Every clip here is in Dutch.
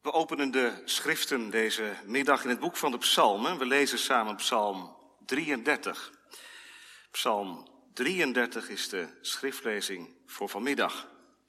We openen de schriften deze middag in het boek van de Psalmen. We lezen samen Psalm 33. Psalm 33 is de schriftlezing voor vanmiddag.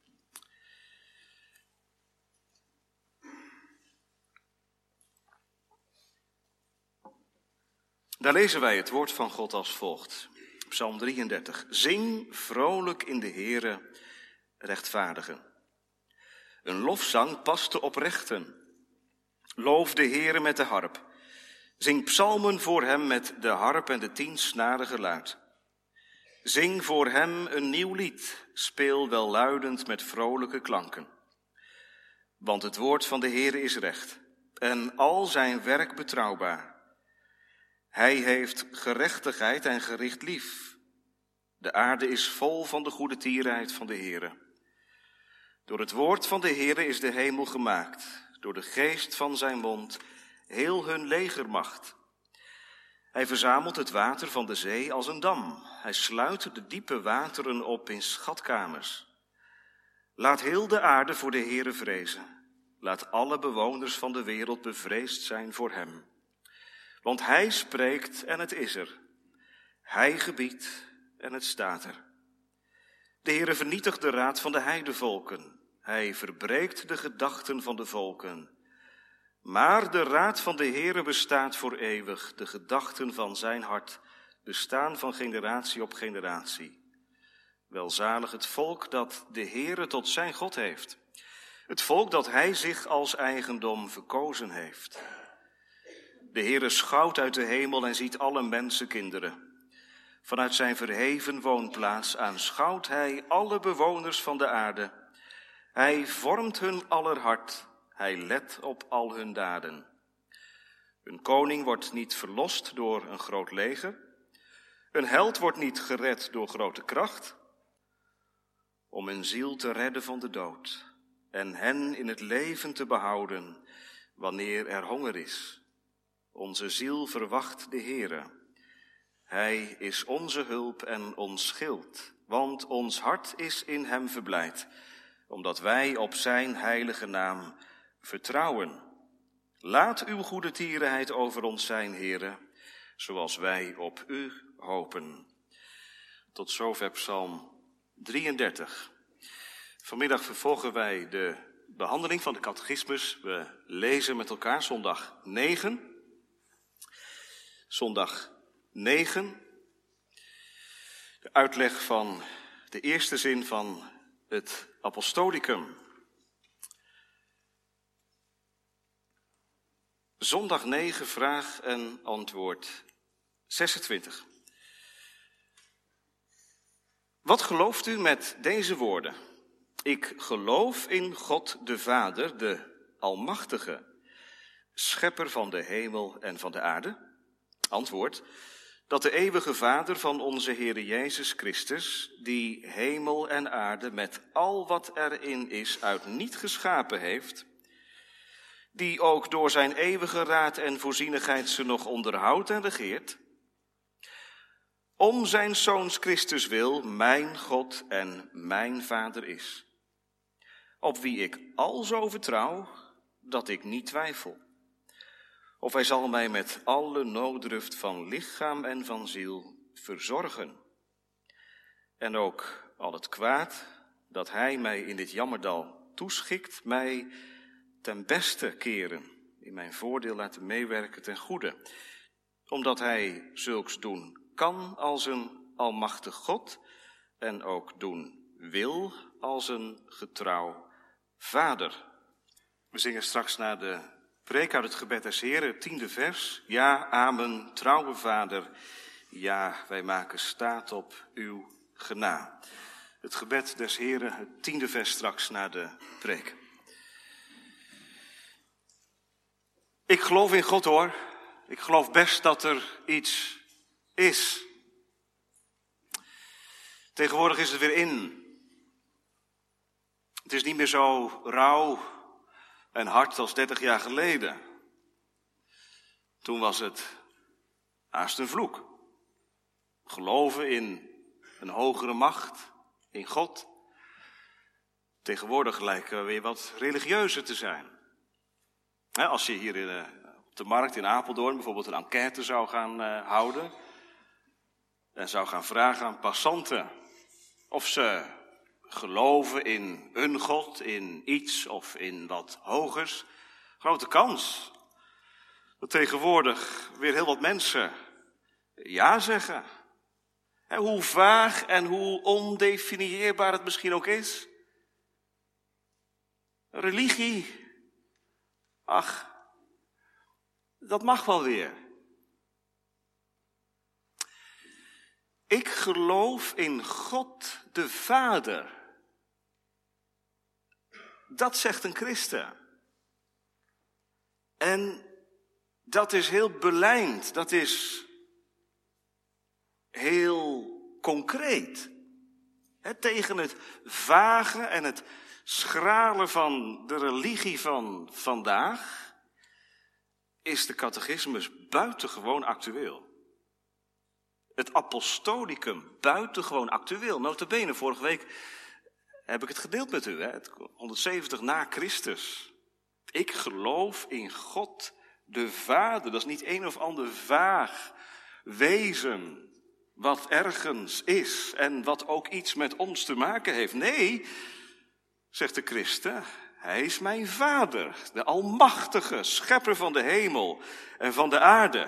Daar lezen wij het woord van God als volgt. Psalm 33. Zing vrolijk in de Heere, rechtvaardigen. Een lofzang past de oprechten. Loof de Heere met de harp. Zing psalmen voor hem met de harp en de 10-snarige luid. Zing voor hem een nieuw lied. Speel welluidend met vrolijke klanken. Want het woord van de Heere is recht en al zijn werk betrouwbaar. Hij heeft gerechtigheid en gericht lief. De aarde is vol van de goede tierheid van de Heere. Door het woord van de Heere is de hemel gemaakt, door de geest van zijn mond heel hun legermacht. Hij verzamelt het water van de zee als een dam. Hij sluit de diepe wateren op in schatkamers. Laat heel de aarde voor de Heere vrezen. Laat alle bewoners van de wereld bevreesd zijn voor hem. Want hij spreekt en het is er. Hij gebiedt en het staat er. De Heere vernietigt de raad van de heidevolken. Hij verbreekt de gedachten van de volken. Maar de raad van de Heere bestaat voor eeuwig. De gedachten van zijn hart bestaan van generatie op generatie. Welzalig het volk dat de Heere tot zijn God heeft. Het volk dat hij zich als eigendom verkozen heeft. De Heere schouwt uit de hemel en ziet alle mensenkinderen. Vanuit zijn verheven woonplaats aanschouwt hij alle bewoners van de aarde. Hij vormt hun aller hart, hij let op al hun daden. Een koning wordt niet verlost door een groot leger. Een held wordt niet gered door grote kracht. Om een ziel te redden van de dood en hen in het leven te behouden wanneer er honger is. Onze ziel verwacht de Heere. Hij is onze hulp en ons schild, want ons hart is in hem verblijd, omdat wij op zijn heilige naam vertrouwen. Laat uw goede tierenheid over ons zijn, Heere, zoals wij op u hopen. Tot zover Psalm 33. Vanmiddag vervolgen wij de behandeling van de catechismus. We lezen met elkaar zondag 9. Zondag 9, de uitleg van de eerste zin van het apostolicum. Zondag 9, vraag en antwoord 26. Wat gelooft u met deze woorden? Ik geloof in God de Vader, de Almachtige, schepper van de hemel en van de aarde. Antwoord, dat de eeuwige Vader van onze Heere Jezus Christus, die hemel en aarde met al wat erin is uit niet geschapen heeft, die ook door zijn eeuwige raad en voorzienigheid ze nog onderhoudt en regeert, om zijn Zoons Christus wil mijn God en mijn Vader is, op wie ik alzo vertrouw dat ik niet twijfel. Of hij zal mij met alle nooddruft van lichaam en van ziel verzorgen. En ook al het kwaad dat hij mij in dit jammerdal toeschikt, mij ten beste keren, in mijn voordeel laten meewerken ten goede. Omdat hij zulks doen kan als een almachtig God en ook doen wil als een getrouw Vader. We zingen straks naar de preek uit het gebed des Heren, het 10e vers. Ja, amen, trouwe Vader. Ja, wij maken staat op uw gena. Het gebed des Heren, het 10e vers straks na de preek. Ik geloof in God hoor. Ik geloof best dat er iets is. Tegenwoordig is het weer in. Het is niet meer zo rauw en hard als 30 jaar geleden. Toen was het haast een vloek. Geloven in een hogere macht, in God. Tegenwoordig lijken we weer wat religieuzer te zijn. Als je hier op de markt in Apeldoorn bijvoorbeeld een enquête zou gaan houden en zou gaan vragen aan passanten of ze geloven in een God, in iets of in wat hogers, grote kans dat tegenwoordig weer heel wat mensen ja zeggen. Hoe vaag en hoe ondefinieerbaar het misschien ook is. Religie, ach, dat mag wel weer. Ik geloof in God de Vader. Dat zegt een christen. En dat is heel belijnd, dat is heel concreet. Tegen het vage en het schrale van de religie van vandaag is de catechismus buitengewoon actueel. Het apostolicum buitengewoon actueel. Nota bene, vorige week heb ik het gedeeld met u. 170 na Christus. Ik geloof in God de Vader. Dat is niet een of ander vaag wezen wat ergens is en wat ook iets met ons te maken heeft. Nee, zegt de christen, hij is mijn Vader, de almachtige schepper van de hemel en van de aarde.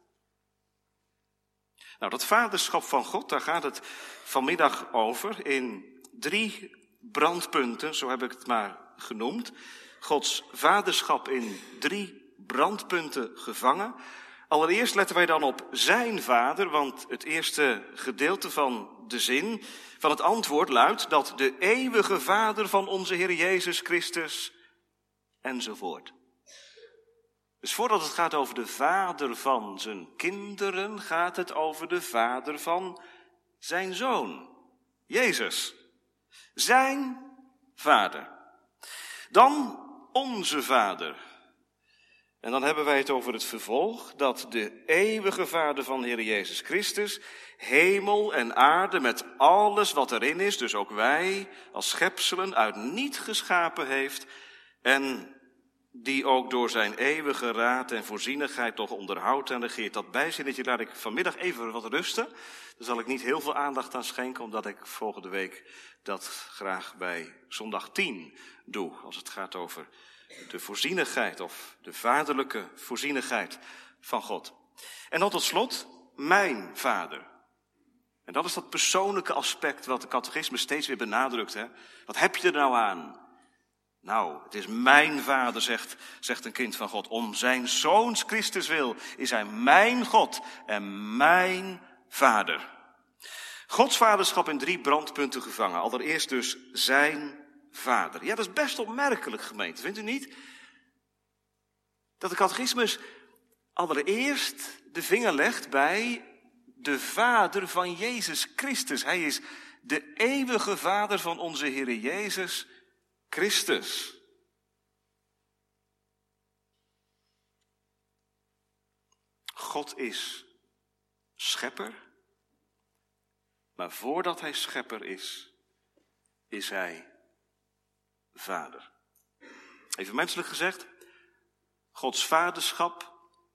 Nou, dat vaderschap van God, daar gaat het vanmiddag over in 3 brandpunten, zo heb ik het maar genoemd. Gods vaderschap in 3 brandpunten gevangen. Allereerst letten wij dan op zijn vader, want het eerste gedeelte van de zin van het antwoord luidt dat de eeuwige Vader van onze Heer Jezus Christus enzovoort. Dus voordat het gaat over de vader van zijn kinderen, gaat het over de vader van zijn zoon, Jezus. Zijn vader. Dan onze vader. En dan hebben wij het over het vervolg, dat de eeuwige Vader van de Heer Jezus Christus hemel en aarde met alles wat erin is, dus ook wij als schepselen, uit niet geschapen heeft en die ook door zijn eeuwige raad en voorzienigheid toch onderhoudt en regeert. Dat bijzinnetje laat ik vanmiddag even wat rusten. Daar zal ik niet heel veel aandacht aan schenken, omdat ik volgende week dat graag bij zondag 10 doe, als het gaat over de voorzienigheid of de vaderlijke voorzienigheid van God. En dan tot slot, mijn vader. En dat is dat persoonlijke aspect wat de catechismus steeds weer benadrukt. Wat heb je er nou aan? Nou, het is mijn vader, zegt een kind van God. Om zijn zoons Christus wil is hij mijn God en mijn vader. Gods vaderschap in 3 brandpunten gevangen. Allereerst dus zijn vader. Ja, dat is best opmerkelijk, gemeente, vindt u niet? Dat de catechismus allereerst de vinger legt bij de vader van Jezus Christus. Hij is de eeuwige Vader van onze Heer Jezus Christus. God is schepper, maar voordat hij schepper is hij vader. Even menselijk gezegd, Gods vaderschap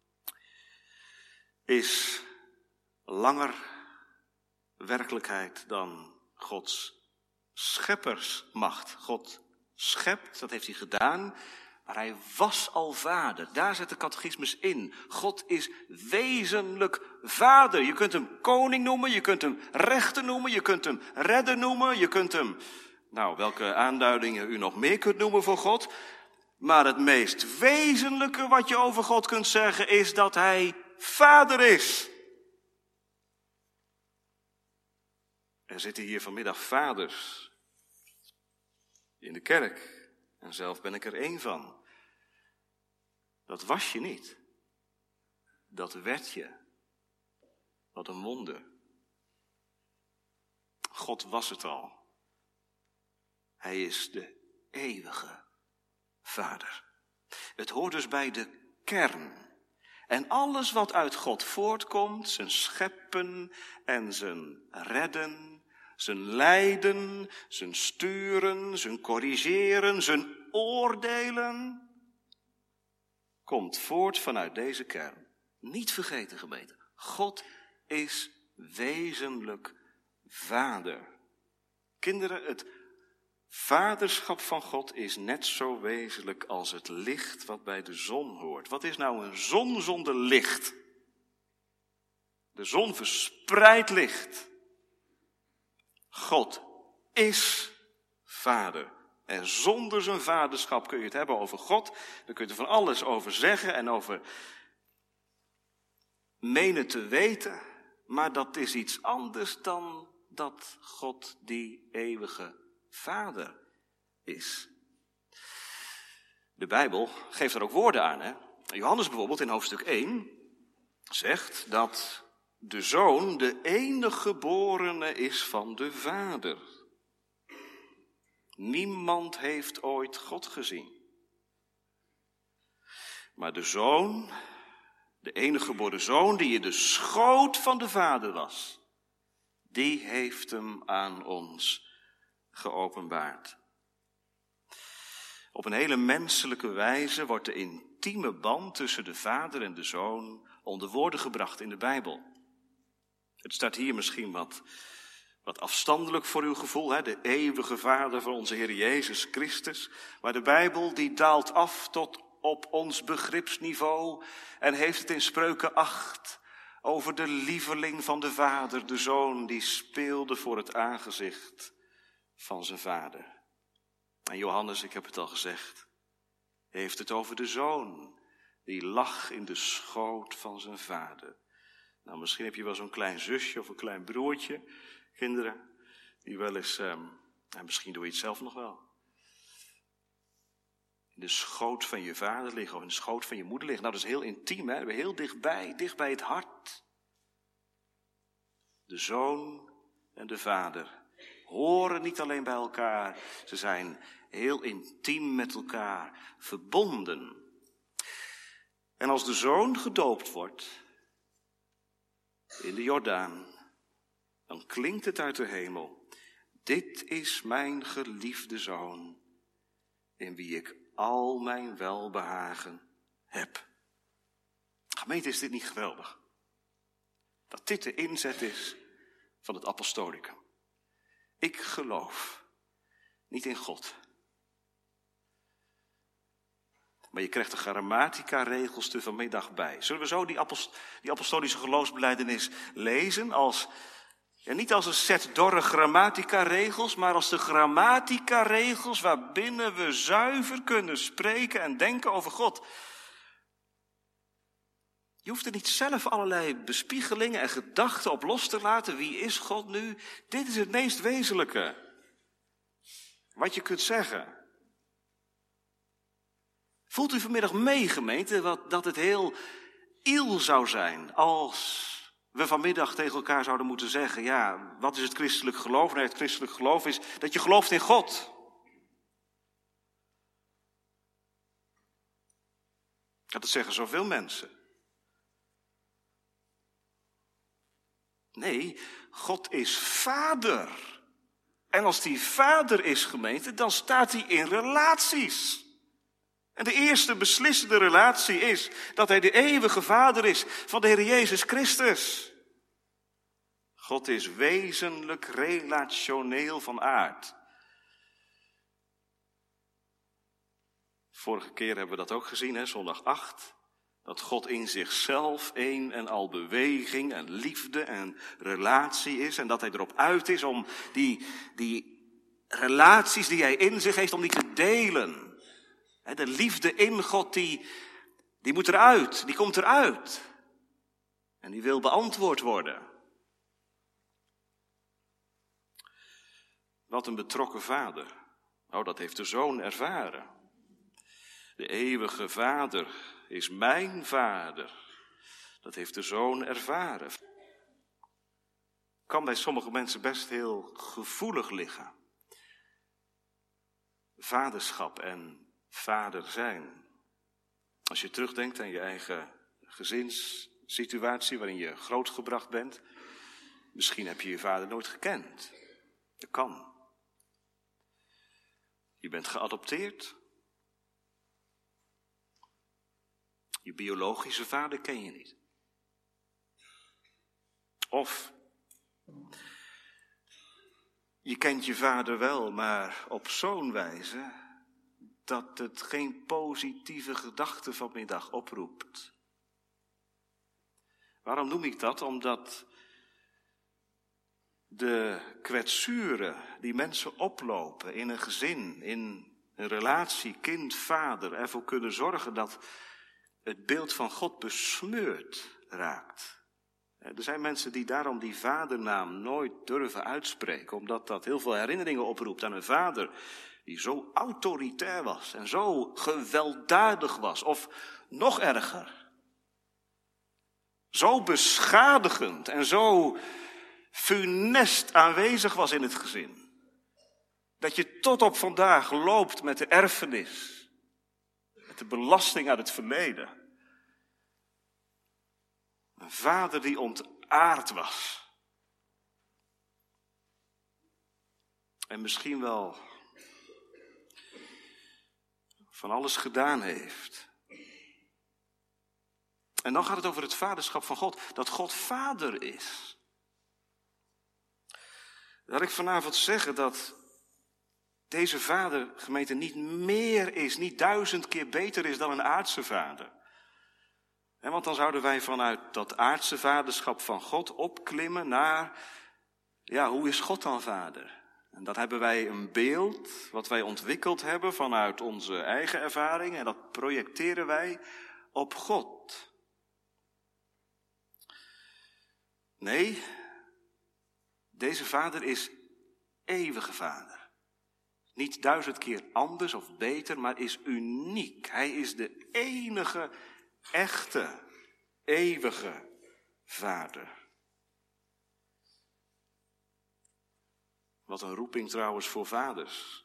is langer werkelijkheid dan Gods scheppersmacht. God schept, dat heeft hij gedaan, maar hij was al vader. Daar zet de catechismus in. God is wezenlijk vader. Je kunt hem koning noemen, je kunt hem rechter noemen, je kunt hem redder noemen, je kunt hem, welke aanduidingen u nog meer kunt noemen voor God. Maar het meest wezenlijke wat je over God kunt zeggen is dat hij vader is. Er zitten hier vanmiddag vaders in de kerk. En zelf ben ik er één van. Dat was je niet. Dat werd je. Wat een wonder. God was het al. Hij is de eeuwige Vader. Het hoort dus bij de kern. En alles wat uit God voortkomt, zijn scheppen en zijn redden, zijn lijden, zijn sturen, zijn corrigeren, zijn oordelen, komt voort vanuit deze kern. Niet vergeten, gemeente. God is wezenlijk vader. Kinderen, het vaderschap van God is net zo wezenlijk als het licht wat bij de zon hoort. Wat is nou een zon zonder licht? De zon verspreidt licht. God is vader. En zonder zijn vaderschap kun je het hebben over God. Dan kun je er van alles over zeggen en over menen te weten. Maar dat is iets anders dan dat God die eeuwige vader is. De Bijbel geeft er ook woorden aan. Hè? Johannes bijvoorbeeld in hoofdstuk 1 zegt dat de zoon de enige geborene is van de vader. Niemand heeft ooit God gezien. Maar de zoon, de enige geboren zoon die in de schoot van de vader was, die heeft hem aan ons geopenbaard. Op een hele menselijke wijze wordt de intieme band tussen de vader en de zoon onder woorden gebracht in de Bijbel. Het staat hier misschien wat afstandelijk voor uw gevoel, hè? De eeuwige vader van onze Heer Jezus Christus. Maar de Bijbel die daalt af tot op ons begripsniveau en heeft het in Spreuken 8 over de lieveling van de vader, de zoon die speelde voor het aangezicht van zijn vader. En Johannes, ik heb het al gezegd, heeft het over de zoon die lag in de schoot van zijn vader. Nou, misschien heb je wel zo'n klein zusje of een klein broertje, kinderen, die wel eens, en misschien doe je het zelf nog wel, in de schoot van je vader liggen of in de schoot van je moeder liggen. Nou, dat is heel intiem, hè? Heel dicht bij het hart. De zoon en de vader horen niet alleen bij elkaar, ze zijn heel intiem met elkaar verbonden. En als de zoon gedoopt wordt in de Jordaan, dan klinkt het uit de hemel: dit is mijn geliefde zoon, in wie ik al mijn welbehagen heb. Gemeente, is dit niet geweldig? Dat dit de inzet is van het apostolicum. Ik geloof niet in God. Maar je krijgt de grammatica-regels er vanmiddag bij. Zullen we zo die apostolische geloofsbelijdenis lezen als, ja, niet als een set dorre grammatica-regels, maar als de grammatica-regels waarbinnen we zuiver kunnen spreken en denken over God. Je hoeft er niet zelf allerlei bespiegelingen en gedachten op los te laten. Wie is God nu? Dit is het meest wezenlijke wat je kunt zeggen. Voelt u vanmiddag mee, gemeente, dat het heel iel zou zijn als we vanmiddag tegen elkaar zouden moeten zeggen: ja, wat is het christelijk geloof? Nee, het christelijk geloof is dat je gelooft in God. Dat zeggen zoveel mensen. Nee, God is vader. En als die vader is, gemeente, dan staat hij in relaties. En de eerste beslissende relatie is dat hij de eeuwige vader is van de Heer Jezus Christus. God is wezenlijk relationeel van aard. Vorige keer hebben we dat ook gezien, hè, zondag 8. Dat God in zichzelf een en al beweging en liefde en relatie is. En dat hij erop uit is om die relaties die hij in zich heeft, om die te delen. De liefde in God, die moet eruit, die komt eruit. En die wil beantwoord worden. Wat een betrokken vader. Oh, dat heeft de zoon ervaren. De eeuwige vader is mijn vader. Dat heeft de zoon ervaren. Kan bij sommige mensen best heel gevoelig liggen. Vaderschap en vader zijn. Als je terugdenkt aan je eigen gezinssituatie waarin je grootgebracht bent. Misschien heb je je vader nooit gekend. Dat kan. Je bent geadopteerd. Je biologische vader ken je niet. Of je kent je vader wel, maar op zo'n wijze dat het geen positieve gedachten vanmiddag oproept. Waarom noem ik dat? Omdat de kwetsuren die mensen oplopen in een gezin, in een relatie, kind, vader, ervoor kunnen zorgen dat het beeld van God besmeurd raakt. Er zijn mensen die daarom die vadernaam nooit durven uitspreken, omdat dat heel veel herinneringen oproept aan een vader die zo autoritair was en zo gewelddadig was, of nog erger, zo beschadigend en zo funest aanwezig was in het gezin, dat je tot op vandaag loopt met de erfenis, met de belasting uit het verleden. Een vader die ontaard was. En misschien wel van alles gedaan heeft. En dan gaat het over het vaderschap van God. Dat God vader is. Laat ik vanavond zeggen dat deze vader, gemeente, niet meer is, niet 1000 keer beter is dan een aardse vader. Want dan zouden wij vanuit dat aardse vaderschap van God opklimmen naar, hoe is God dan vader? En dat hebben wij een beeld wat wij ontwikkeld hebben vanuit onze eigen ervaring en dat projecteren wij op God. Nee, deze vader is eeuwige vader. Niet 1000 keer anders of beter, maar is uniek. Hij is de enige echte, eeuwige vader. Wat een roeping trouwens voor vaders.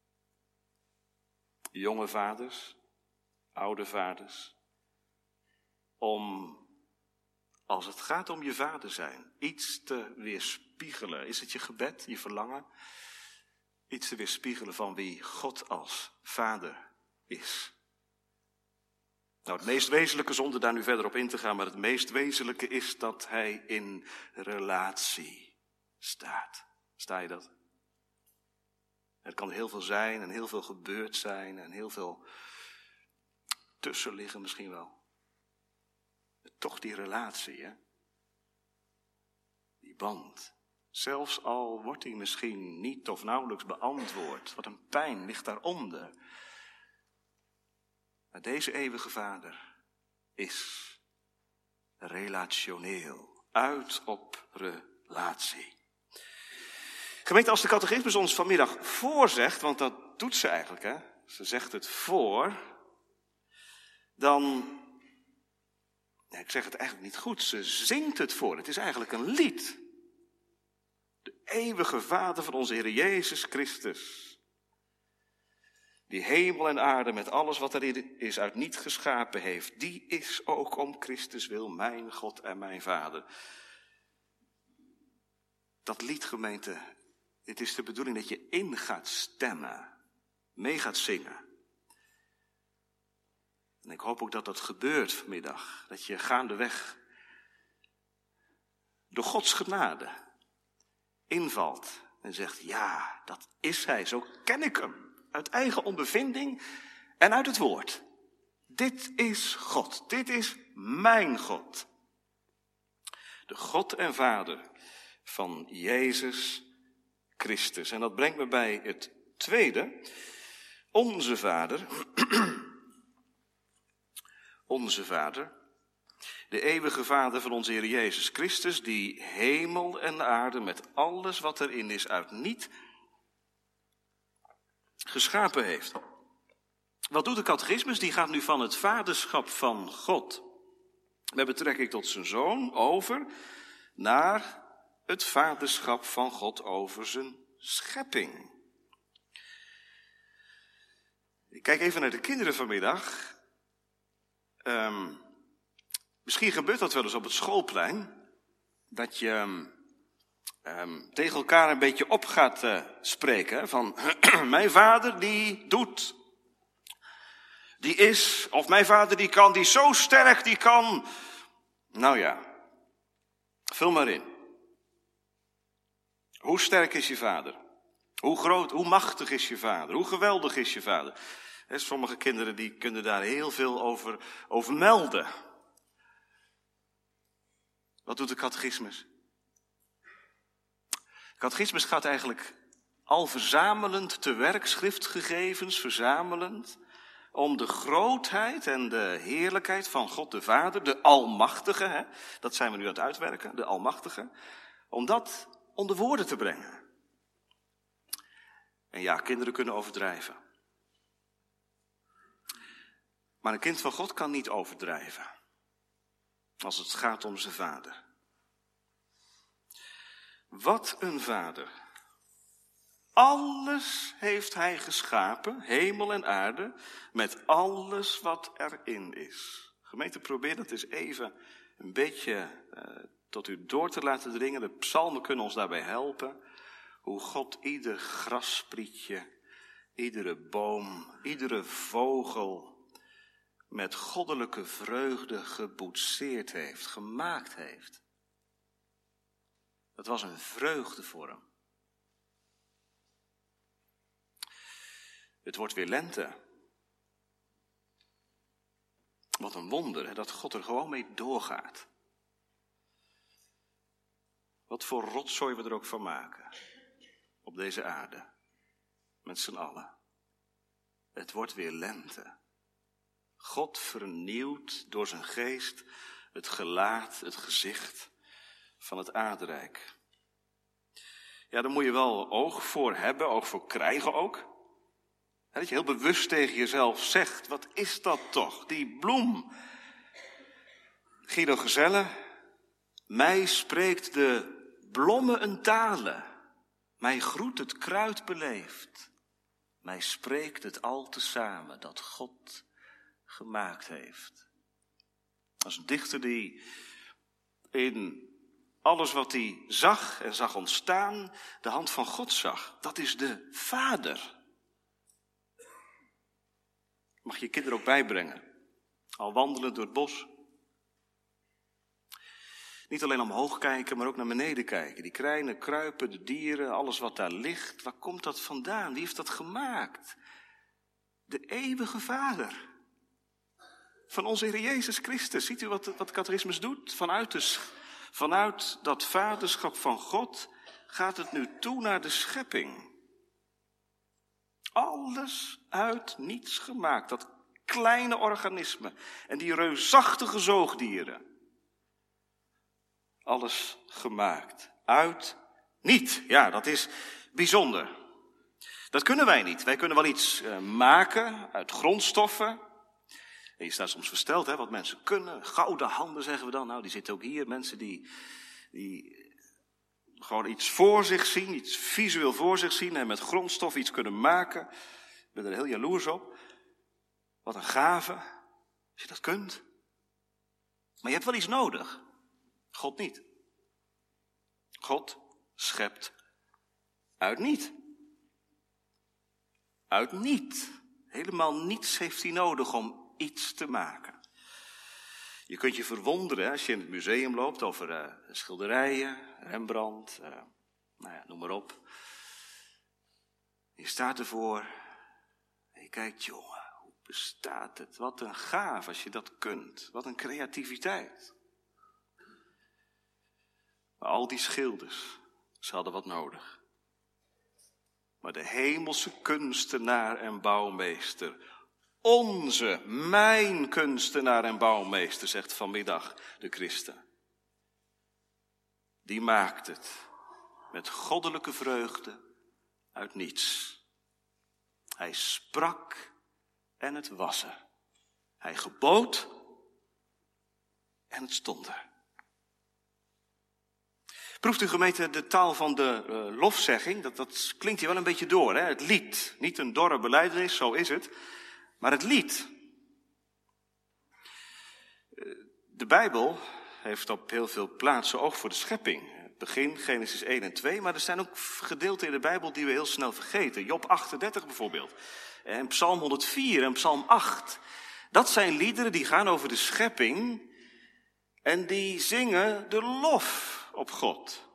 Jonge vaders, oude vaders. Om, als het gaat om je vader zijn, iets te weerspiegelen. Is het je gebed, je verlangen? Iets te weerspiegelen van wie God als vader is. Nou, het meest wezenlijke, zonder daar nu verder op in te gaan, maar het meest wezenlijke is dat hij in relatie staat. Sta je dat? Er kan heel veel zijn en heel veel gebeurd zijn en heel veel tussen liggen misschien wel. Toch die relatie, hè? Die band. Zelfs al wordt die misschien niet of nauwelijks beantwoord. Wat een pijn ligt daaronder. Maar deze eeuwige vader is relationeel. Uit op relatie. Gemeente, als de catechismus ons vanmiddag voorzegt, want dat doet ze eigenlijk, hè? Ze zegt het voor, dan, ik zeg het eigenlijk niet goed, ze zingt het voor. Het is eigenlijk een lied. De eeuwige Vader van onze Heer Jezus Christus. Die hemel en aarde met alles wat erin is uit niet geschapen heeft. Die is ook om Christus wil mijn God en mijn Vader. Dat lied, gemeente, het is de bedoeling dat je in gaat stemmen. Mee gaat zingen. En ik hoop ook dat dat gebeurt vanmiddag. Dat je gaandeweg door Gods genade invalt en zegt, ja, dat is hij, zo ken ik hem. Uit eigen ondervinding en uit het woord. Dit is God, dit is mijn God. De God en Vader van Jezus Christus. En dat brengt me bij het tweede. Onze Vader. Onze Vader. De eeuwige Vader van onze Heer Jezus Christus, die hemel en aarde met alles wat erin is uit niet geschapen heeft. Wat doet de catechismus? Die gaat nu van het vaderschap van God met betrekking tot zijn zoon over naar het vaderschap van God over zijn schepping. Ik kijk even naar de kinderen vanmiddag. Misschien gebeurt dat wel eens op het schoolplein. Dat je tegen elkaar een beetje op gaat spreken. Van, mijn vader die die is, of mijn vader die kan, die is zo sterk, die kan. Nou ja, vul maar in. Hoe sterk is je vader? Hoe groot, hoe machtig is je vader? Hoe geweldig is je vader? Sommige kinderen die kunnen daar heel veel over melden. Wat doet de catechismus? De catechismus gaat eigenlijk al verzamelend te werk, schriftgegevens verzamelend, om de grootheid en de heerlijkheid van God de Vader, de Almachtige, dat zijn we nu aan het uitwerken, de Almachtige, om dat onder woorden te brengen. En ja, kinderen kunnen overdrijven. Maar een kind van God kan niet overdrijven, als het gaat om zijn vader. Wat een vader. Alles heeft hij geschapen, hemel en aarde, met alles wat erin is. Gemeente, probeer dat eens even een beetje tot u door te laten dringen. De psalmen kunnen ons daarbij helpen. Hoe God ieder grassprietje, iedere boom, iedere vogel met goddelijke vreugde geboetseerd heeft, gemaakt heeft. Dat was een vreugde voor hem. Het wordt weer lente. Wat een wonder, hè, dat God er gewoon mee doorgaat. Wat voor rotzooi we er ook van maken. Op deze aarde. Met z'n allen. Het wordt weer lente. God vernieuwt door zijn geest het gelaat, het gezicht van het aardrijk. Ja, daar moet je wel oog voor hebben, oog voor krijgen ook. Dat je heel bewust tegen jezelf zegt, wat is dat toch, die bloem. Guido Gezelle, mij spreekt de blomme een tale, mij groet het kruid beleefd, mij spreekt het al tezamen dat God gemaakt heeft. Dat is een dichter die in alles wat hij zag en zag ontstaan, de hand van God zag. Dat is de Vader. Mag je je kinderen ook bijbrengen. Al wandelen door het bos. Niet alleen omhoog kijken, maar ook naar beneden kijken. Die kleine kruipen, de dieren, alles wat daar ligt. Waar komt dat vandaan? Wie heeft dat gemaakt? De eeuwige Vader. Van onze Heer Jezus Christus. Ziet u wat de catechismus doet? Vanuit dat vaderschap van God gaat het nu toe naar de schepping. Alles uit niets gemaakt. Dat kleine organisme. En die reusachtige zoogdieren. Alles gemaakt. Uit niet. Ja, dat is bijzonder. Dat kunnen wij niet. Wij kunnen wel iets maken uit grondstoffen. En je staat soms versteld, hè, wat mensen kunnen. Gouden handen zeggen we dan. Nou, die zitten ook hier. Mensen die gewoon iets voor zich zien, iets visueel voor zich zien en met grondstof iets kunnen maken. Ik ben er heel jaloers op. Wat een gave, als je dat kunt. Maar je hebt wel iets nodig. God niet. God schept uit niet. Uit niet. Helemaal niets heeft hij nodig om iets te maken. Je kunt je verwonderen als je in het museum loopt over schilderijen, Rembrandt, noem maar op. Je staat ervoor en je kijkt, jongen, hoe bestaat het? Wat een gaaf als je dat kunt. Wat een creativiteit. Maar al die schilders, ze hadden wat nodig. Maar de hemelse kunstenaar en bouwmeester, mijn kunstenaar en bouwmeester, zegt vanmiddag de christen. Die maakt het met goddelijke vreugde uit niets. Hij sprak en het was er. Hij gebood en het stond er. Proeft u gemeente de taal van de lofzegging? Dat klinkt hier wel een beetje door, hè? Het lied. Niet een dorre belijdenis, zo is het. Maar het lied. De Bijbel heeft op heel veel plaatsen oog voor de schepping. Het begin, Genesis 1 en 2. Maar er zijn ook gedeelten in de Bijbel die we heel snel vergeten. Job 38 bijvoorbeeld. En Psalm 104 en Psalm 8, dat zijn liederen die gaan over de schepping en die zingen de lof op God.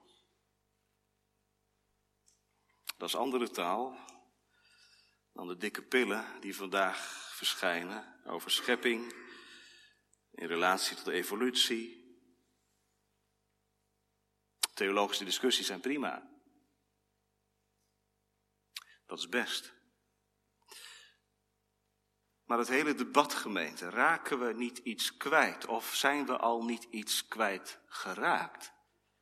Dat is andere taal dan de dikke pillen die vandaag verschijnen over schepping in relatie tot de evolutie. Theologische discussies zijn prima. Dat is best. Maar het hele debat, gemeente, raken we niet iets kwijt? Of zijn we al niet iets kwijt geraakt?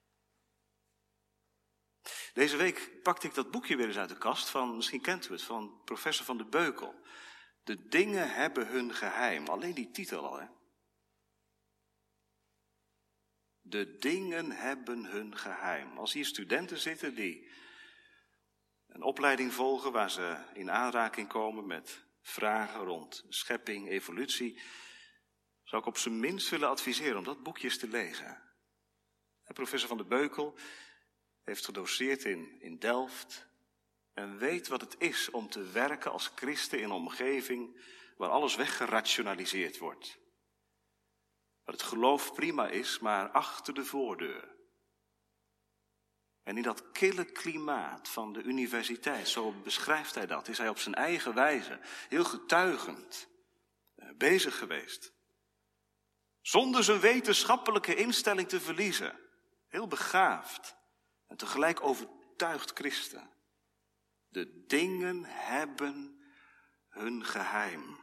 Deze week pakte ik dat boekje weer eens uit de kast van, misschien kent u het, van professor Van de Beukel. De dingen hebben hun geheim. Alleen die titel al, hè. De dingen hebben hun geheim. Als hier studenten zitten die een opleiding volgen waar ze in aanraking komen met vragen rond schepping, evolutie, zou ik op zijn minst willen adviseren om dat boekje eens te lezen. En professor Van de Beukel heeft gedoceerd in Delft en weet wat het is om te werken als christen in een omgeving waar alles weggerationaliseerd wordt. Waar het geloof prima is, maar achter de voordeur. En in dat kille klimaat van de universiteit, zo beschrijft hij dat, is hij op zijn eigen wijze heel getuigend bezig geweest. Zonder zijn wetenschappelijke instelling te verliezen. Heel begaafd en tegelijk overtuigd christen. De dingen hebben hun geheim.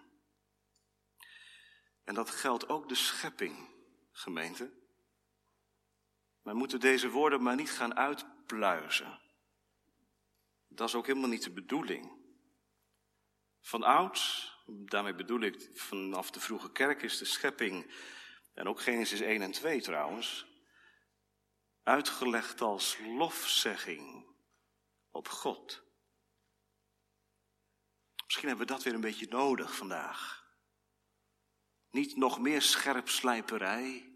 En dat geldt ook de schepping, gemeente. Wij moeten deze woorden maar niet gaan uitpluizen. Dat is ook helemaal niet de bedoeling. Van ouds, daarmee bedoel ik vanaf de vroege kerk, is de schepping, en ook Genesis 1 en 2 trouwens, uitgelegd als lofzegging op God. Misschien hebben we dat weer een beetje nodig vandaag. Niet nog meer scherpslijperij,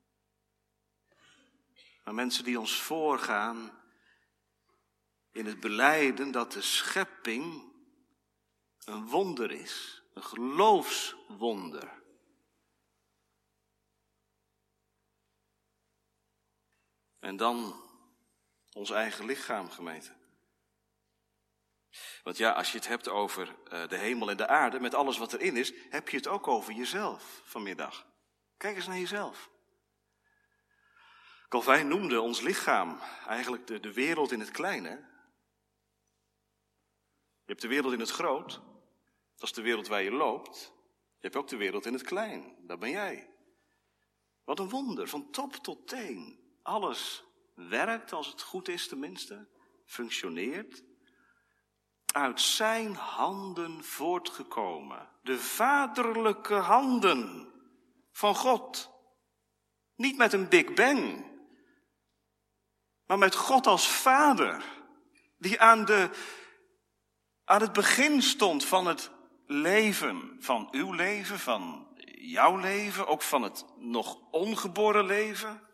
maar mensen die ons voorgaan in het belijden dat de schepping een wonder is, een geloofswonder. En dan ons eigen lichaam, gemeente. Want ja, als je het hebt over de hemel en de aarde, met alles wat erin is, heb je het ook over jezelf vanmiddag. Kijk eens naar jezelf. Calvijn noemde ons lichaam eigenlijk de wereld in het klein, hè? Je hebt de wereld in het groot, dat is de wereld waar je loopt. Je hebt ook de wereld in het klein, dat ben jij. Wat een wonder, van top tot teen. Alles werkt, als het goed is tenminste, functioneert. Uit zijn handen voortgekomen. De vaderlijke handen van God. Niet met een Big Bang, maar met God als vader. Die aan het begin stond van het leven. Van uw leven, van jouw leven, ook van het nog ongeboren leven.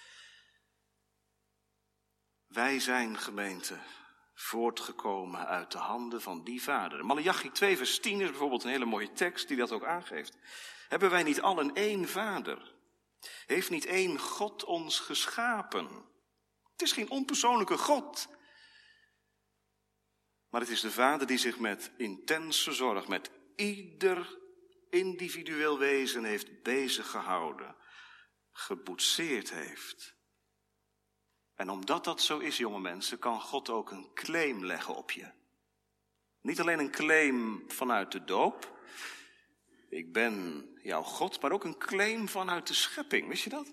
Wij zijn, gemeente, voortgekomen uit de handen van die vader. Maleachi 2 vers 10 is bijvoorbeeld een hele mooie tekst die dat ook aangeeft. Hebben wij niet allen één vader? Heeft niet één God ons geschapen? Het is geen onpersoonlijke God. Maar het is de vader die zich met intense zorg, met ieder individueel wezen heeft bezig gehouden. Geboetseerd heeft. En omdat dat zo is, jonge mensen, kan God ook een claim leggen op je. Niet alleen een claim vanuit de doop. Ik ben jouw God, maar ook een claim vanuit de schepping. Wist je dat?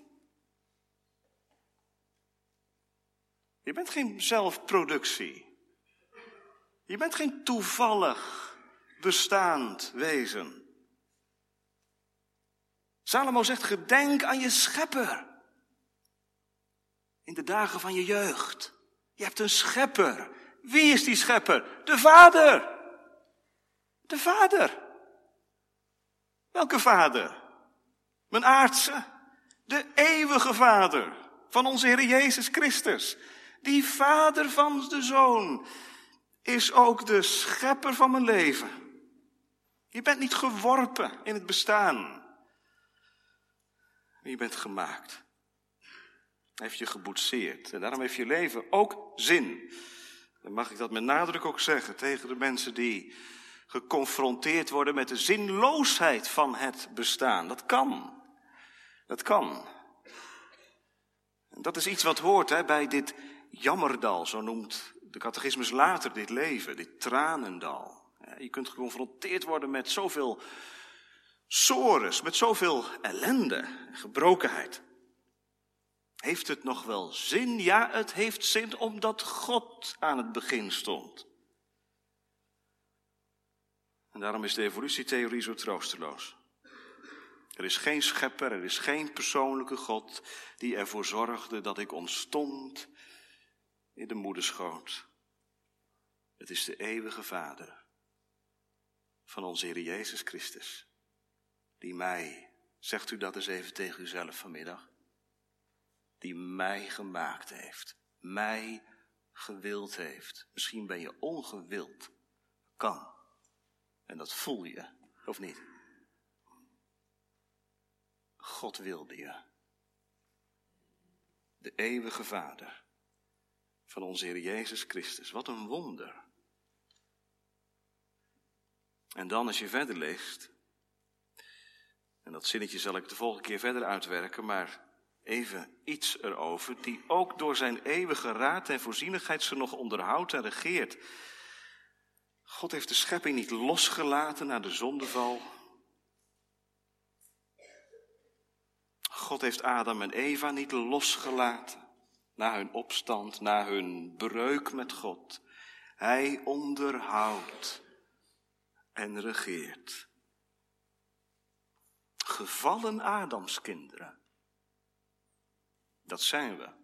Je bent geen zelfproductie. Je bent geen toevallig bestaand wezen. Salomo zegt, gedenk aan je schepper. In de dagen van je jeugd. Je hebt een schepper. Wie is die schepper? De Vader. De Vader. Welke Vader? Mijn aardse. De eeuwige Vader van onze Heer Jezus Christus. Die Vader van de Zoon is ook de schepper van mijn leven. Je bent niet geworpen in het bestaan. Je bent gemaakt. Hij heeft je geboetseerd. En daarom heeft je leven ook zin. Dan mag ik dat met nadruk ook zeggen tegen de mensen die geconfronteerd worden met de zinloosheid van het bestaan. Dat kan. Dat kan. En dat is iets wat hoort bij dit jammerdal, zo noemt de catechismus later dit leven, dit tranendal. Je kunt geconfronteerd worden met zoveel sores, met zoveel ellende en gebrokenheid. Heeft het nog wel zin? Ja, het heeft zin omdat God aan het begin stond. En daarom is de evolutietheorie zo troosteloos. Er is geen schepper, er is geen persoonlijke God die ervoor zorgde dat ik ontstond in de moederschoot. Het is de eeuwige Vader van onze Heer Jezus Christus, die mij, zegt u dat eens even tegen uzelf vanmiddag, die mij gemaakt heeft, mij gewild heeft. Misschien ben je ongewild, kan. En dat voel je, of niet? God wilde je. De eeuwige Vader van onze Heer Jezus Christus. Wat een wonder. En dan als je verder leest, en dat zinnetje zal ik de volgende keer verder uitwerken, maar even iets erover, die ook door zijn eeuwige raad en voorzienigheid ze nog onderhoudt en regeert. God heeft de schepping niet losgelaten na de zondeval. God heeft Adam en Eva niet losgelaten na hun opstand, na hun breuk met God. Hij onderhoudt en regeert. Gevallen Adamskinderen. Dat zijn we.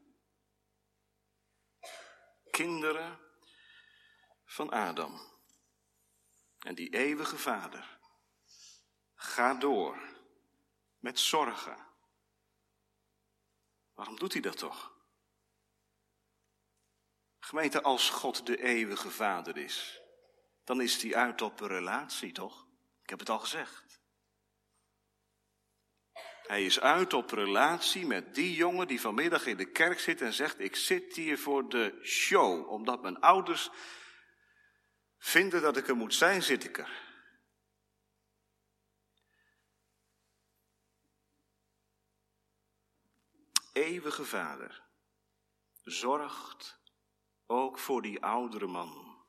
Kinderen van Adam. En die eeuwige Vader gaat door met zorgen. Waarom doet hij dat toch? Gemeente, als God de eeuwige Vader is, dan is hij uit op een relatie, toch? Ik heb het al gezegd. Hij is uit op relatie met die jongen die vanmiddag in de kerk zit en zegt, ik zit hier voor de show, omdat mijn ouders vinden dat ik er moet zijn, zit ik er. Eeuwige Vader zorgt ook voor die oudere man.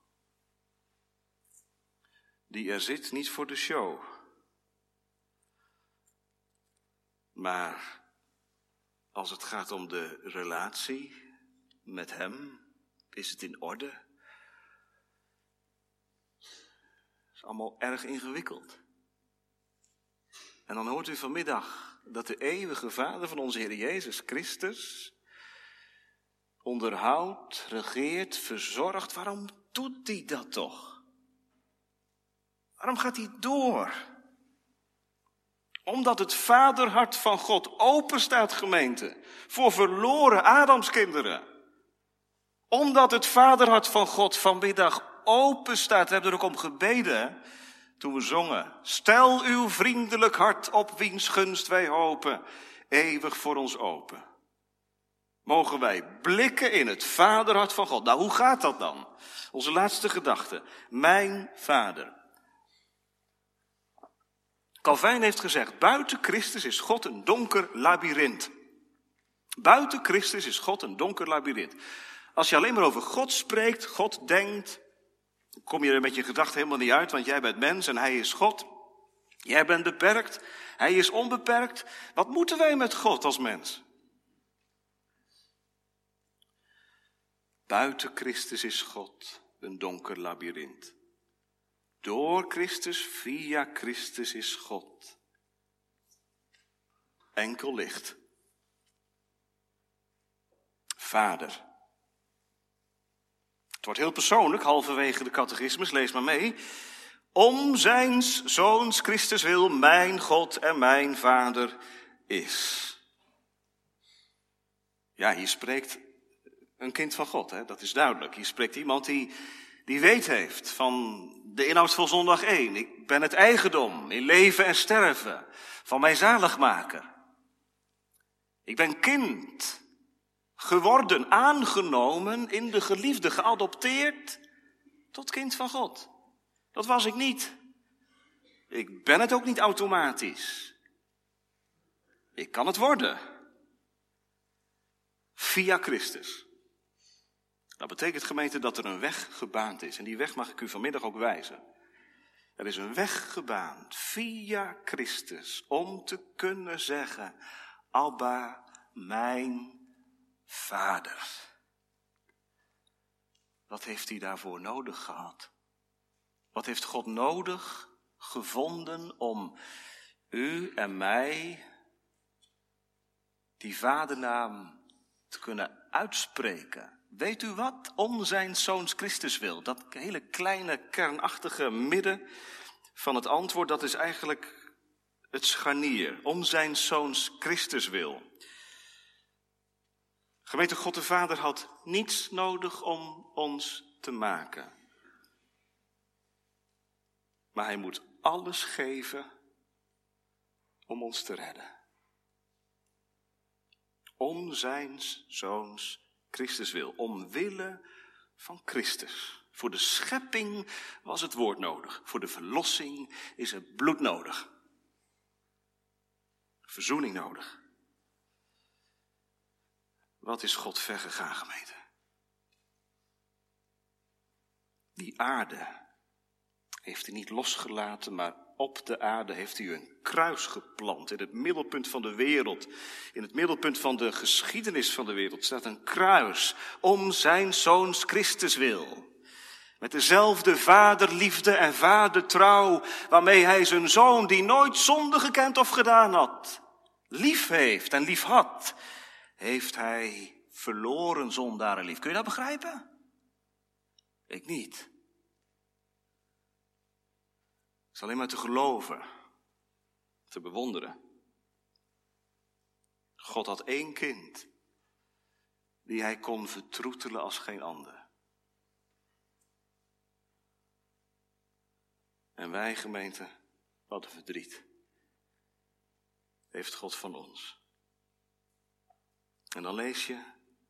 Die er zit niet voor de show. Maar als het gaat om de relatie met hem, is het in orde. Het is allemaal erg ingewikkeld. En dan hoort u vanmiddag dat de eeuwige Vader van onze Heer Jezus Christus onderhoudt, regeert, verzorgt. Waarom doet hij dat toch? Waarom gaat hij door? Omdat het vaderhart van God open staat, gemeente, voor verloren Adamskinderen. Omdat het vaderhart van God vanmiddag open staat. We hebben er ook om gebeden toen we zongen. Stel uw vriendelijk hart op wiens gunst wij hopen, eeuwig voor ons open. Mogen wij blikken in het vaderhart van God. Nou, hoe gaat dat dan? Onze laatste gedachte. Mijn Vader. Calvijn heeft gezegd, buiten Christus is God een donker labyrint. Buiten Christus is God een donker labyrint. Als je alleen maar over God spreekt, God denkt, kom je er met je gedachten helemaal niet uit, want jij bent mens en hij is God. Jij bent beperkt, hij is onbeperkt. Wat moeten wij met God als mens? Buiten Christus is God een donker labyrint. Door Christus, via Christus is God enkel licht. Vader. Het wordt heel persoonlijk, halverwege de catechismus, lees maar mee. Om zijns zoons Christus wil, mijn God en mijn Vader is. Ja, hier spreekt een kind van God, dat is duidelijk. Hier spreekt iemand die Die weet heeft van de inhoud van zondag 1. Ik ben het eigendom in leven en sterven van mijn zaligmaker. Ik ben kind geworden, aangenomen, in de geliefde, geadopteerd tot kind van God. Dat was ik niet. Ik ben het ook niet automatisch. Ik kan het worden. Via Christus. Dat betekent, gemeente, dat er een weg gebaand is. En die weg mag ik u vanmiddag ook wijzen. Er is een weg gebaand via Christus om te kunnen zeggen: Abba, mijn Vader. Wat heeft hij daarvoor nodig gehad? Wat heeft God nodig gevonden om u en mij die vadernaam te kunnen uitspreken? Weet u wat? Om zijn zoons Christus wil. Dat hele kleine kernachtige midden van het antwoord, dat is eigenlijk het scharnier. Om zijn zoons Christus wil. Gemeente, God de Vader had niets nodig om ons te maken. Maar hij moet alles geven om ons te redden. Om zijn zoons Christus wil. Omwille van Christus. Voor de schepping was het woord nodig. Voor de verlossing is het bloed nodig. Verzoening nodig. Wat is God ver gegaan, gemeente? Die aarde heeft hij niet losgelaten, maar op de aarde heeft hij een kruis geplant. In het middelpunt van de wereld, in het middelpunt van de geschiedenis van de wereld, staat een kruis om zijn zoons Christus wil. Met dezelfde vaderliefde en vadertrouw waarmee hij zijn zoon, die nooit zonde gekend of gedaan had, lief heeft en lief had, heeft hij verloren zondaren lief. Kun je dat begrijpen? Ik niet. Het is alleen maar te geloven, te bewonderen. God had één kind, die hij kon vertroetelen als geen ander. En wij, gemeente, wat een verdriet, heeft God van ons. En dan lees je: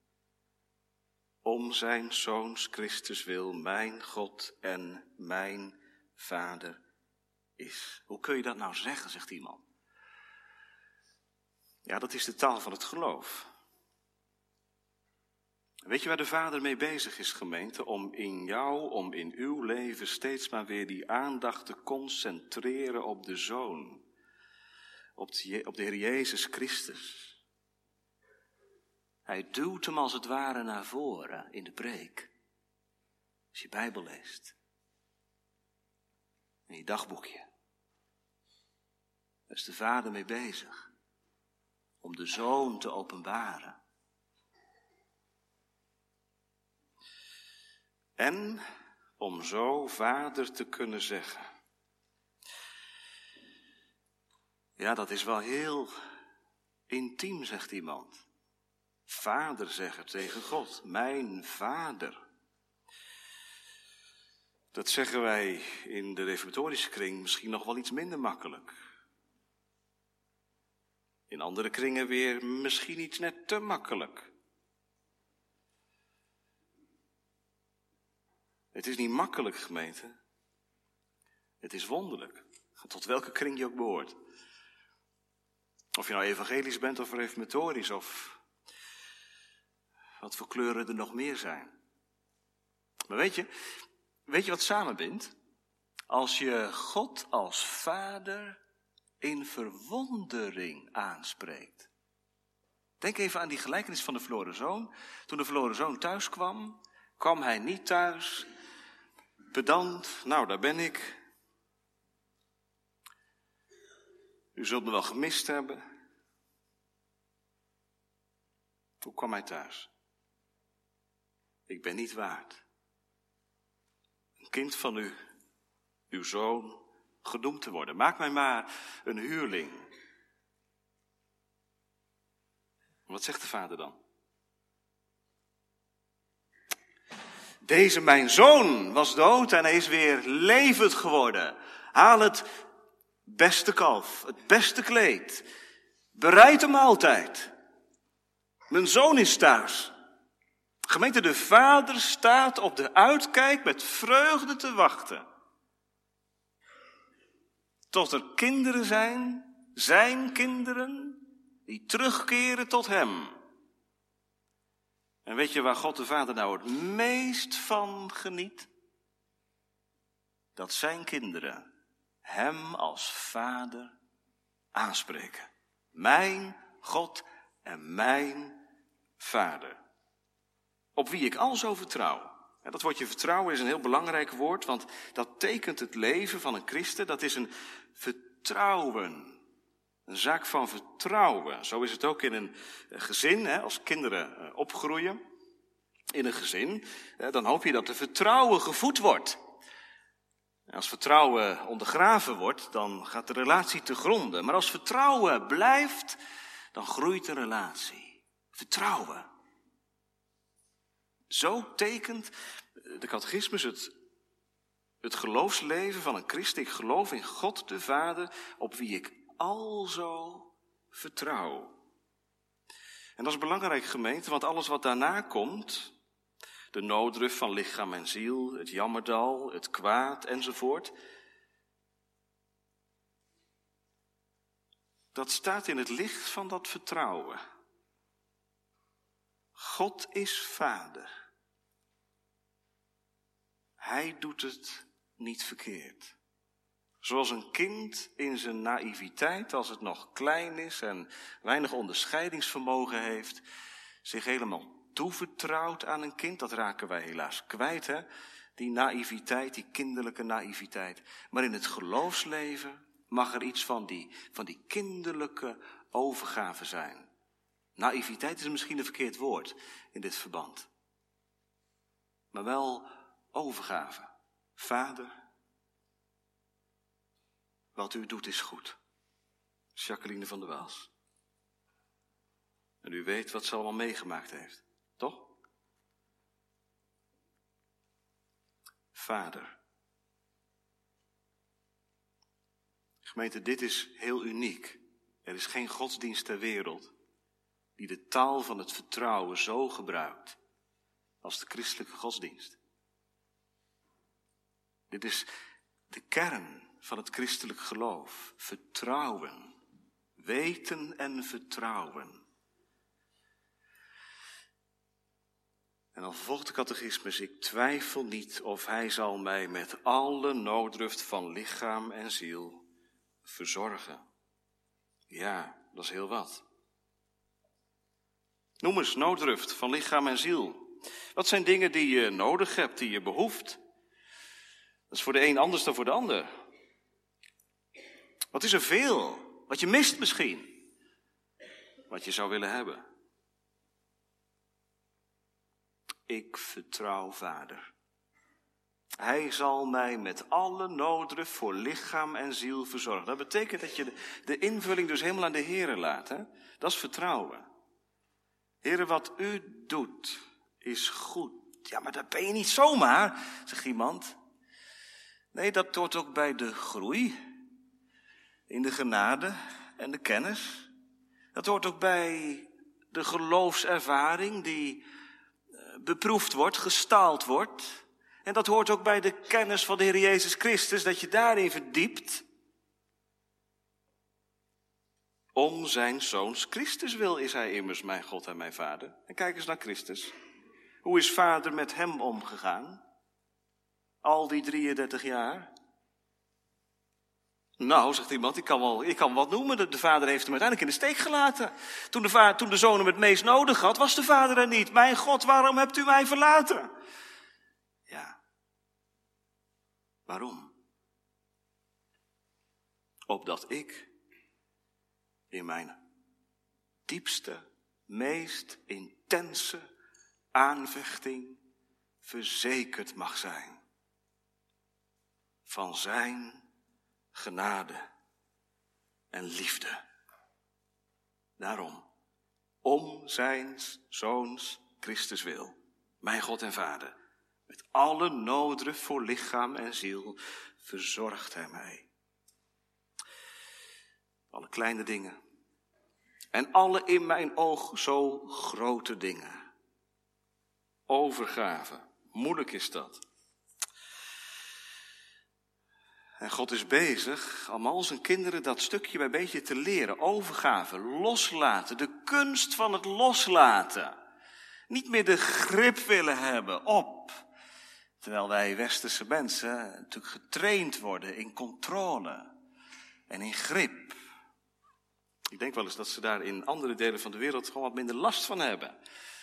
om zijn zoons Christus wil, mijn God en mijn Vader is. Hoe kun je dat nou zeggen, zegt iemand. Ja, dat is de taal van het geloof. Weet je waar de Vader mee bezig is, gemeente? Om in jou, om in uw leven steeds maar weer die aandacht te concentreren op de Zoon. Op de Heer Jezus Christus. Hij duwt hem als het ware naar voren in de preek. Als je Bijbel leest. In je dagboekje. Daar is de Vader mee bezig. Om de Zoon te openbaren. En om zo Vader te kunnen zeggen. Ja, dat is wel heel intiem, zegt iemand. Vader zeggen tegen God. Mijn Vader. Dat zeggen wij in de reformatorische kring misschien nog wel iets minder makkelijk. In andere kringen weer misschien iets net te makkelijk. Het is niet makkelijk, gemeente. Het is wonderlijk. Tot welke kring je ook behoort. Of je nou evangelisch bent of reformatorisch of wat voor kleuren er nog meer zijn. Maar weet je wat samenbindt? Als je God als Vader in verwondering aanspreekt. Denk even aan die gelijkenis van de verloren zoon. Toen de verloren zoon thuis kwam, kwam hij niet thuis pedant. Nou, daar ben ik. U zult me wel gemist hebben. Hoe kwam hij thuis? Ik ben niet waard. Een kind van u, uw zoon, genoemd te worden. Maak mij maar een huurling. Wat zegt de Vader dan? Deze mijn zoon was dood en hij is weer levend geworden. Haal het beste kalf, het beste kleed. Bereid de maaltijd. Mijn zoon is thuis. Gemeente, de vader staat op de uitkijk met vreugde te wachten. Tot er kinderen zijn kinderen, die terugkeren tot hem. En weet je waar God de Vader nou het meest van geniet? Dat zijn kinderen hem als vader aanspreken. Mijn God en mijn vader. Op wie ik al zo vertrouw. En dat woordje vertrouwen is een heel belangrijk woord, want dat tekent het leven van een christen. Dat is een vertrouwen. Een zaak van vertrouwen. Zo is het ook in een gezin, als kinderen opgroeien. In een gezin, dan hoop je dat er vertrouwen gevoed wordt. En als vertrouwen ondergraven wordt, dan gaat de relatie te gronden. Maar als vertrouwen blijft, dan groeit de relatie. Vertrouwen. Zo tekent de catechismus het geloofsleven van een christ. Ik geloof in God de Vader, op wie ik alzo vertrouw. En dat is belangrijk, gemeente, want alles wat daarna komt, de nooddruf van lichaam en ziel, het jammerdal, het kwaad enzovoort, dat staat in het licht van dat vertrouwen. God is Vader. Hij doet het niet verkeerd. Zoals een kind in zijn naïviteit, als het nog klein is en weinig onderscheidingsvermogen heeft, zich helemaal toevertrouwt aan een kind. Dat raken wij helaas kwijt, hè? Die naïviteit, die kinderlijke naïviteit. Maar in het geloofsleven mag er iets van die kinderlijke overgave zijn. Naïviteit is misschien een verkeerd woord in dit verband. Maar wel overgave. Vader, wat u doet is goed. Jacqueline van der Waals. En u weet wat ze allemaal meegemaakt heeft, toch? Vader. Gemeente, dit is heel uniek. Er is geen godsdienst ter wereld die de taal van het vertrouwen zo gebruikt als de christelijke godsdienst. Dit is de kern van het christelijk geloof. Vertrouwen. Weten en vertrouwen. En dan vervolgt de catechismus: ik twijfel niet of hij zal mij met alle nooddruft van lichaam en ziel verzorgen. Ja, dat is heel wat. Noem eens nooddruft van lichaam en ziel. Wat zijn dingen die je nodig hebt, die je behoeft? Dat is voor de een anders dan voor de ander. Wat is er veel? Wat je mist misschien. Wat je zou willen hebben. Ik vertrouw Vader. Hij zal mij met alle nooddruft voor lichaam en ziel verzorgen. Dat betekent dat je de invulling dus helemaal aan de Heere laat. Hè? Dat is vertrouwen. Heere, wat u doet is goed. Ja, maar dat ben je niet zomaar, zegt iemand. Nee, dat hoort ook bij de groei. In de genade en de kennis. Dat hoort ook bij de geloofservaring die beproefd wordt, gestaald wordt. En dat hoort ook bij de kennis van de Heer Jezus Christus, dat je daarin verdiept. Om zijn Zoons Christus wil is hij immers mijn God en mijn Vader. En kijk eens naar Christus. Hoe is Vader met hem omgegaan? Al die 33 jaar? Nou, zegt iemand, ik kan wat noemen. De vader heeft hem uiteindelijk in de steek gelaten. Toen de zoon hem het meest nodig had, was de vader er niet. Mijn God, waarom hebt u mij verlaten? Ja. Waarom? Opdat ik in mijn diepste, meest intense aanvechting verzekerd mag zijn van zijn genade en liefde. Daarom, om zijn Zoons Christus wil, mijn God en Vader, Met alle nooddruf voor lichaam en ziel verzorgt hij mij. Alle kleine dingen. En alle in mijn oog zo grote dingen. Overgave. Moeilijk is dat. En God is bezig om al zijn kinderen dat stukje bij beetje te leren. Overgave, loslaten, de kunst van het loslaten. Niet meer de grip willen hebben op. Terwijl wij westerse mensen natuurlijk getraind worden in controle en in grip. Ik denk wel eens dat ze daar in andere delen van de wereld gewoon wat minder last van hebben.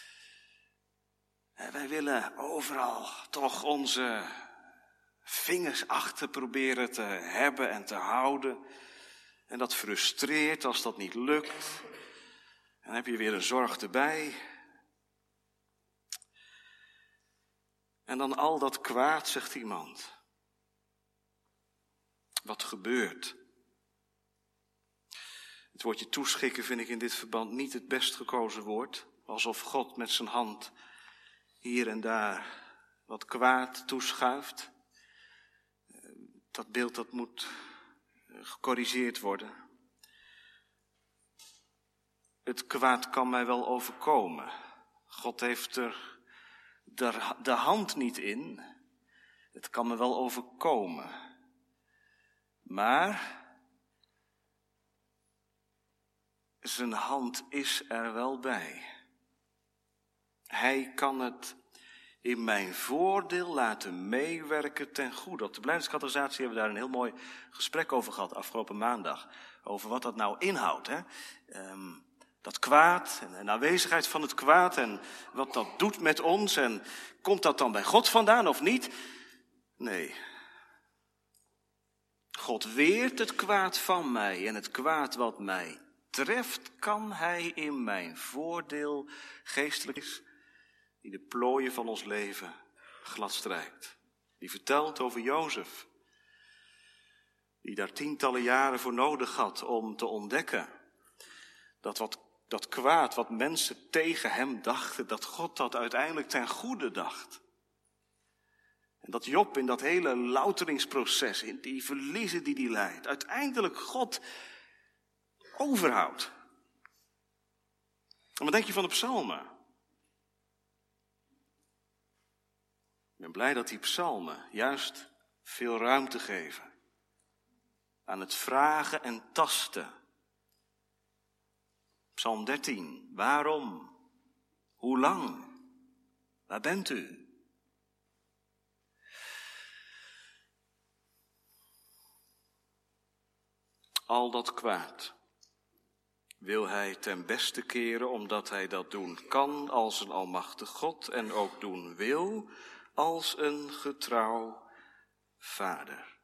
En wij willen overal toch onze vingers achter proberen te hebben en te houden. En dat frustreert als dat niet lukt. En dan heb je weer een zorg erbij. En dan al dat kwaad, zegt iemand. Wat gebeurt? Het woordje toeschikken vind ik in dit verband niet het best gekozen woord. Alsof God met zijn hand hier en daar wat kwaad toeschuift. Dat beeld dat moet gecorrigeerd worden. Het kwaad kan mij wel overkomen. God heeft er de hand niet in. Het kan me wel overkomen. Maar zijn hand is er wel bij. Hij kan het in mijn voordeel laten meewerken ten goede. Op de Blijdenschatterisatie hebben we daar een heel mooi gesprek over gehad afgelopen maandag. Over wat dat nou inhoudt. Hè? Dat kwaad en de aanwezigheid van het kwaad en wat dat doet met ons. En komt dat dan bij God vandaan of niet? Nee. God weert het kwaad van mij en het kwaad wat mij treft kan hij in mijn voordeel geestelijk is. Die de plooien van ons leven gladstrijkt. Die vertelt over Jozef. Die daar tientallen jaren voor nodig had om te ontdekken. Dat kwaad wat mensen tegen hem dachten, dat God dat uiteindelijk ten goede dacht. En dat Job in dat hele louteringsproces, in die verliezen die hij leidt, uiteindelijk God overhoudt. En wat denk je van de psalmen? Ik ben blij dat die psalmen juist veel ruimte geven aan het vragen en tasten. Psalm 13, waarom? Hoe lang? Waar bent u? Al dat kwaad wil hij ten beste keren, omdat hij dat doen kan als een almachtig God en ook doen wil als een getrouw vader.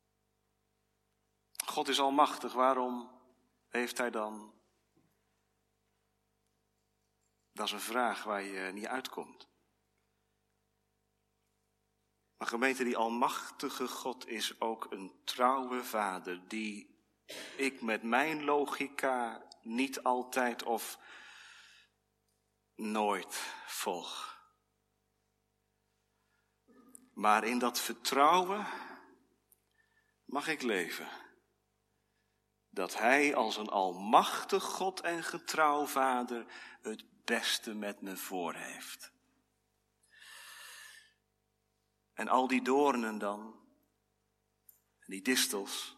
God is almachtig, waarom heeft hij dan? Dat is een vraag waar je niet uitkomt. Maar gemeente, die almachtige God is ook een trouwe vader die ik met mijn logica niet altijd of nooit volg. Maar in dat vertrouwen mag ik leven. Dat hij als een almachtig God en getrouw vader het beste met me voor heeft. En al die doornen dan, en die distels.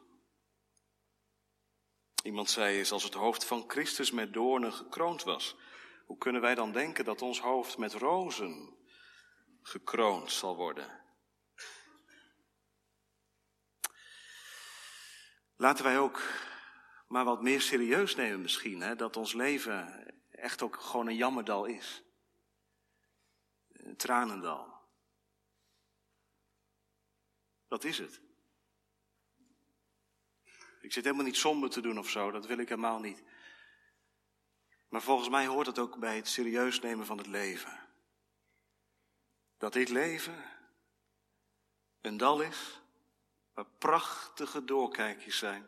Iemand zei eens, als het hoofd van Christus met doornen gekroond was, hoe kunnen wij dan denken dat ons hoofd met rozen gekroond zal worden? Laten wij ook maar wat meer serieus nemen misschien, hè, dat ons leven echt ook gewoon een jammerdal is. Een tranendal. Dat is het. Ik zit helemaal niet somber te doen of zo, dat wil ik helemaal niet. Maar volgens mij hoort het ook bij het serieus nemen van het leven. Dat dit leven een dal is, waar prachtige doorkijkjes zijn.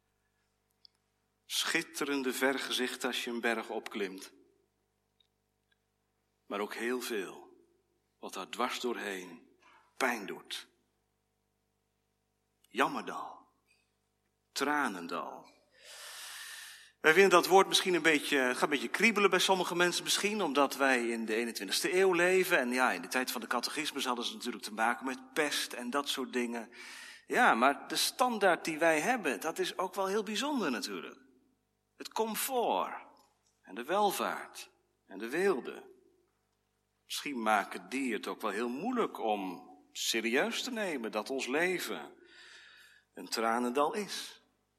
Schitterende vergezichten als je een berg opklimt. Maar ook heel veel wat daar dwars doorheen pijn doet. Jammerdal, tranendal. Wij vinden dat woord misschien het gaat een beetje kriebelen bij sommige mensen misschien, omdat wij in de 21ste eeuw leven. En ja, in de tijd van de catechismus hadden ze natuurlijk te maken met pest en dat soort dingen. Ja, maar de standaard die wij hebben, dat is ook wel heel bijzonder natuurlijk. Het comfort en de welvaart en de weelde. Misschien maken die het ook wel heel moeilijk om serieus te nemen dat ons leven een tranendal is.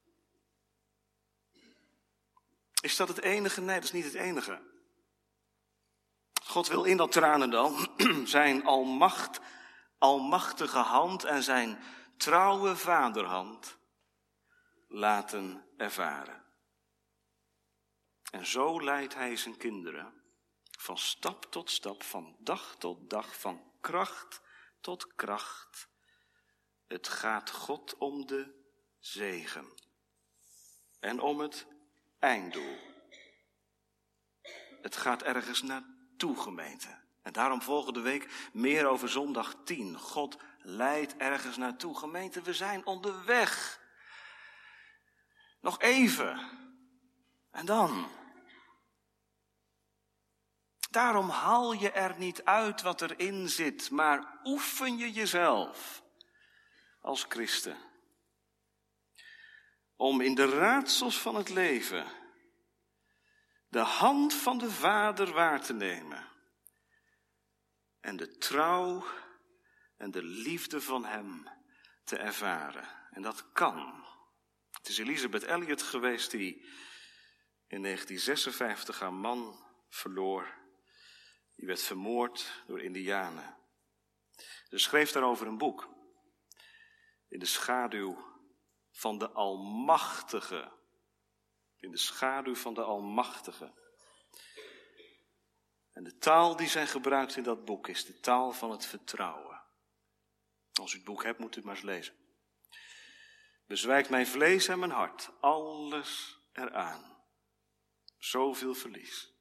Is dat het enige? Nee, dat is niet het enige. God wil in dat tranendal zijn almachtige hand en zijn trouwe vaderhand laten ervaren. En zo leidt hij zijn kinderen van stap tot stap, van dag tot dag, van kracht tot kracht. Het gaat God om de zegen en om het einddoel. Het gaat ergens naartoe, gemeente. En daarom volgende week meer over zondag 10. God leidt ergens naartoe. Gemeente, we zijn onderweg. Nog even. En dan. Daarom haal je er niet uit wat erin zit, maar oefen je jezelf als christen. Om in de raadsels van het leven de hand van de Vader waar te nemen. En de trouw en de liefde van hem te ervaren. En dat kan. Het is Elisabeth Elliot geweest die in 1956 haar man verloor. Die werd vermoord door Indianen. Ze schreef daarover een boek. In de schaduw van de Almachtige. In de schaduw van de Almachtige. En de taal die zij gebruikt in dat boek is de taal van het vertrouwen. Als u het boek hebt, moet u het maar eens lezen. Bezwijkt mijn vlees en mijn hart, alles eraan. Zoveel verlies.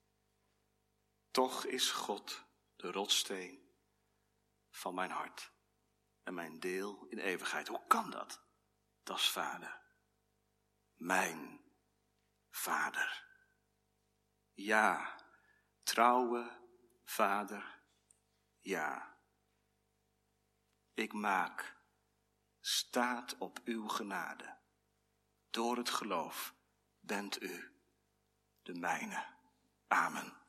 Toch is God de rotssteen van mijn hart en mijn deel in eeuwigheid. Hoe kan dat? Dat is Vader. Mijn Vader. Ja, trouwe Vader, ja. Ik maak staat op uw genade. Door het geloof bent u de mijne. Amen.